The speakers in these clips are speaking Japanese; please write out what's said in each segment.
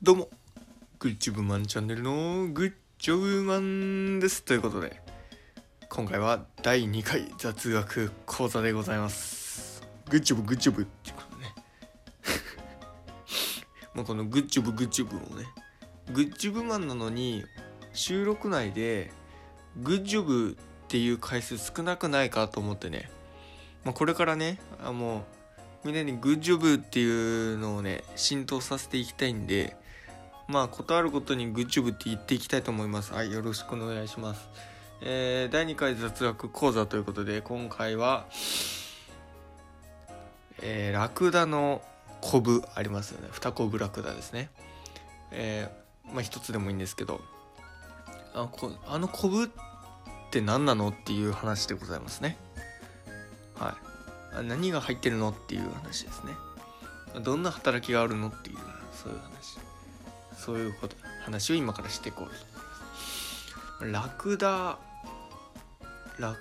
どうもグッジョブマンチャンネルのグッジョブマンです。ということで今回は第2回雑学講座でございます。グッジョブっていうことねもうこのグッジョブをね、グッジョブマンなのに収録内でグッジョブっていう回数少なくないかと思ってね、これからねもうみんなにグッジョブっていうのをね浸透させていきたいんで、ことあることにグッジョブって言っていきたいと思います。はい、よろしくお願いします。第2回雑学講座ということで今回は、ラクダのコブありますよね。2コブラクダですね。一つでもいいんですけど、あのコブって何なのっていう話でございますね。はい。何が入ってるのっていう話ですね。どんな働きがあるのっていうそういう話を今からしていこうと思います。ラクダば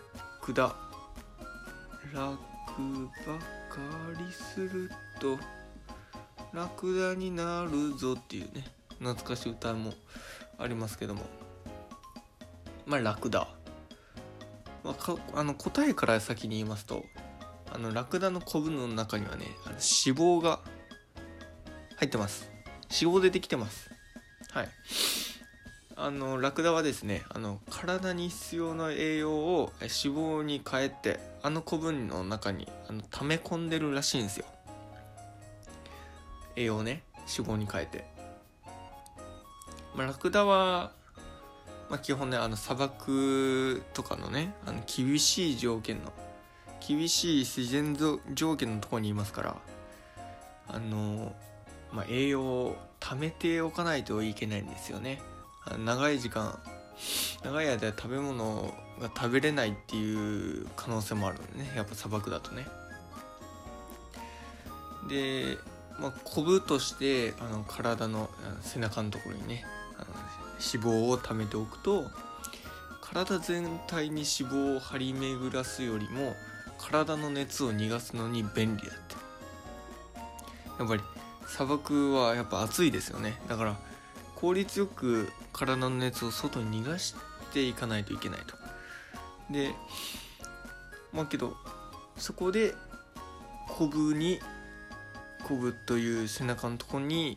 かりするとラクダになるぞっていうね懐かしい歌もありますけども、ラクダ、答えから先に言いますと、ラクダのコブの中にはね脂肪が入ってます。脂肪でできてます。はい。ラクダはですね体に必要な栄養を脂肪に変えてコブの中に溜め込んでるらしいんですよ。栄養をね脂肪に変えて、ラクダは、基本ね砂漠とかのね厳しい自然条件のところにいますから栄養を貯めておかないといけないんですよね。長い間食べ物が食べれないっていう可能性もあるんでね、やっぱ砂漠だとね。で、コブとして体の背中のところにね脂肪を貯めておくと、体全体に脂肪を張り巡らすよりも体の熱を逃がすのに便利だって。やっぱり砂漠はやっぱ暑いですよね。だから効率よく体の熱を外に逃がしていかないといけないと。でけどそこでコブという背中のところに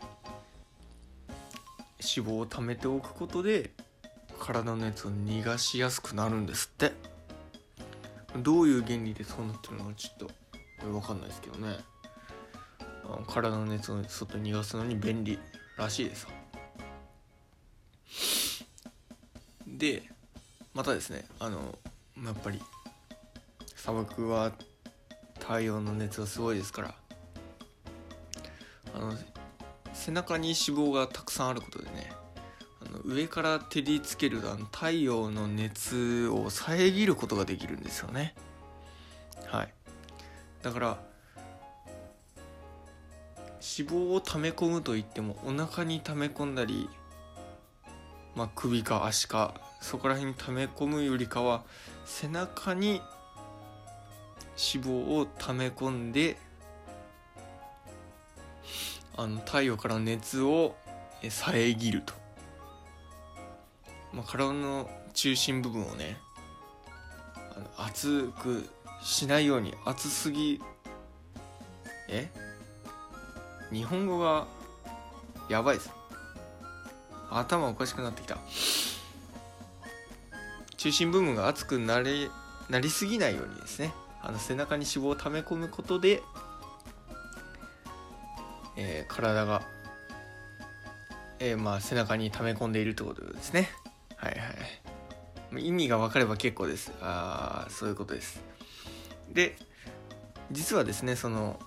脂肪を溜めておくことで体の熱を逃がしやすくなるんですって。どういう原理でそうなってるのかちょっと分かんないですけどね。体の熱を外に逃がすのに便利らしいです。でまたですねやっぱり砂漠は太陽の熱がすごいですから、背中に脂肪がたくさんあることでね上から照りつける太陽の熱を遮ることができるんですよね。はい。だから脂肪を溜め込むといってもお腹に溜め込んだり、首か足かそこら辺に溜め込むよりかは背中に脂肪を溜め込んで太陽からの熱を遮ると、体の中心部分をね熱くしないように。日本語がやばいです。頭おかしくなってきた。中心部分が熱くなりすぎないようにですね背中に脂肪を溜め込むことで、体が、背中に溜め込んでいるということですね。はいはい。意味が分かれば結構です。そういうことです。で実はですね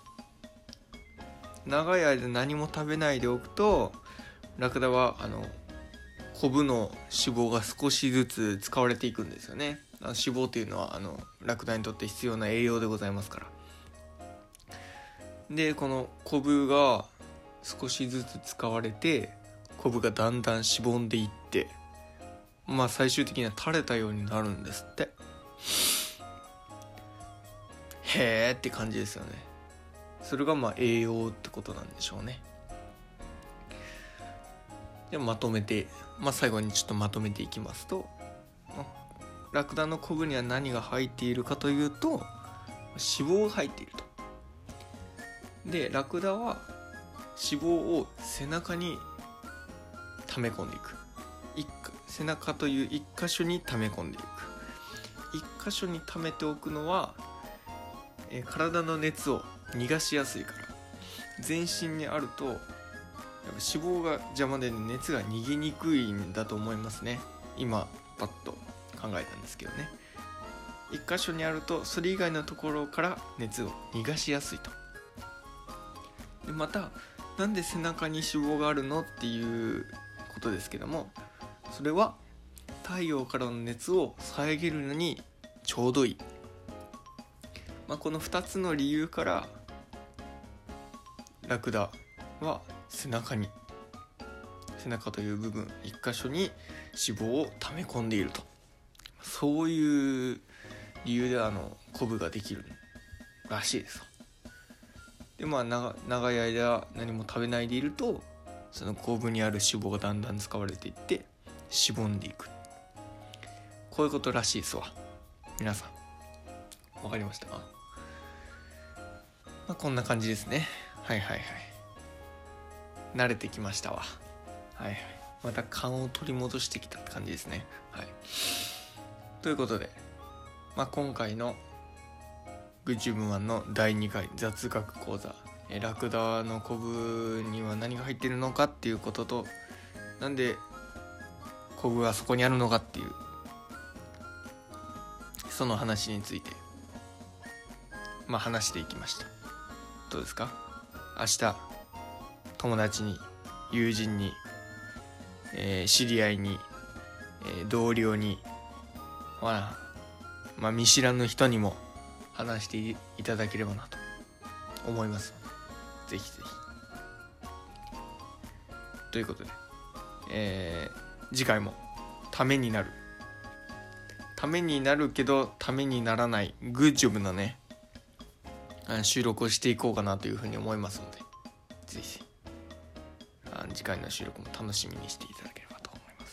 長い間何も食べないでおくとラクダはコブの脂肪が少しずつ使われていくんですよね。脂肪というのはラクダにとって必要な栄養でございますから。でこのコブが少しずつ使われてコブがだんだんしぼんでいって、最終的には垂れたようになるんですって。へーって感じですよね。それが栄養ってことなんでしょうね。 でまとめて、最後にちょっとまとめていきますと、ラクダのコブには何が入っているかというと、脂肪が入っていると。でラクダは脂肪を背中に溜め込んでいく。背中という一箇所に溜め込んでいく。一箇所に溜めておくのは、体の熱を逃がしやすいから。全身にあるとやっぱ脂肪が邪魔で、熱が逃げにくいんだと思いますね。今パッと考えたんですけどね。一箇所にあるとそれ以外のところから熱を逃がしやすいと。でまた、なんで背中に脂肪があるのっていうことですけども、それは太陽からの熱を遮るのにちょうどいい。この2つの理由からラクダは背中という部分一箇所に脂肪を溜め込んでいると。そういう理由でコブができるらしいです。で長い間何も食べないでいると、そのコブにある脂肪がだんだん使われていってしぼんでいく。こういうことらしいですわ。皆さんわかりましたか？こんな感じですね。はい慣れてきましたわ。また勘を取り戻してきたって感じですね。ということで、今回のグッジュブマンの第2回雑学講座、ラクダのコブには何が入っているのかっていうことと、なんでコブがそこにあるのかっていう、その話について話していきました。どうですか？明日友達に、友人に、知り合いに、同僚に、見知らぬ人にも話していただければなと思いますので、ぜひぜひ。ということで、次回もためになるけどためにならないグッジョブのね、収録をしていこうかなというふうに思いますので、ぜひ次回の収録も楽しみにしていただければと思います。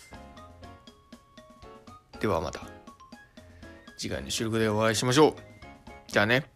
ではまた次回の収録でお会いしましょう。じゃあね。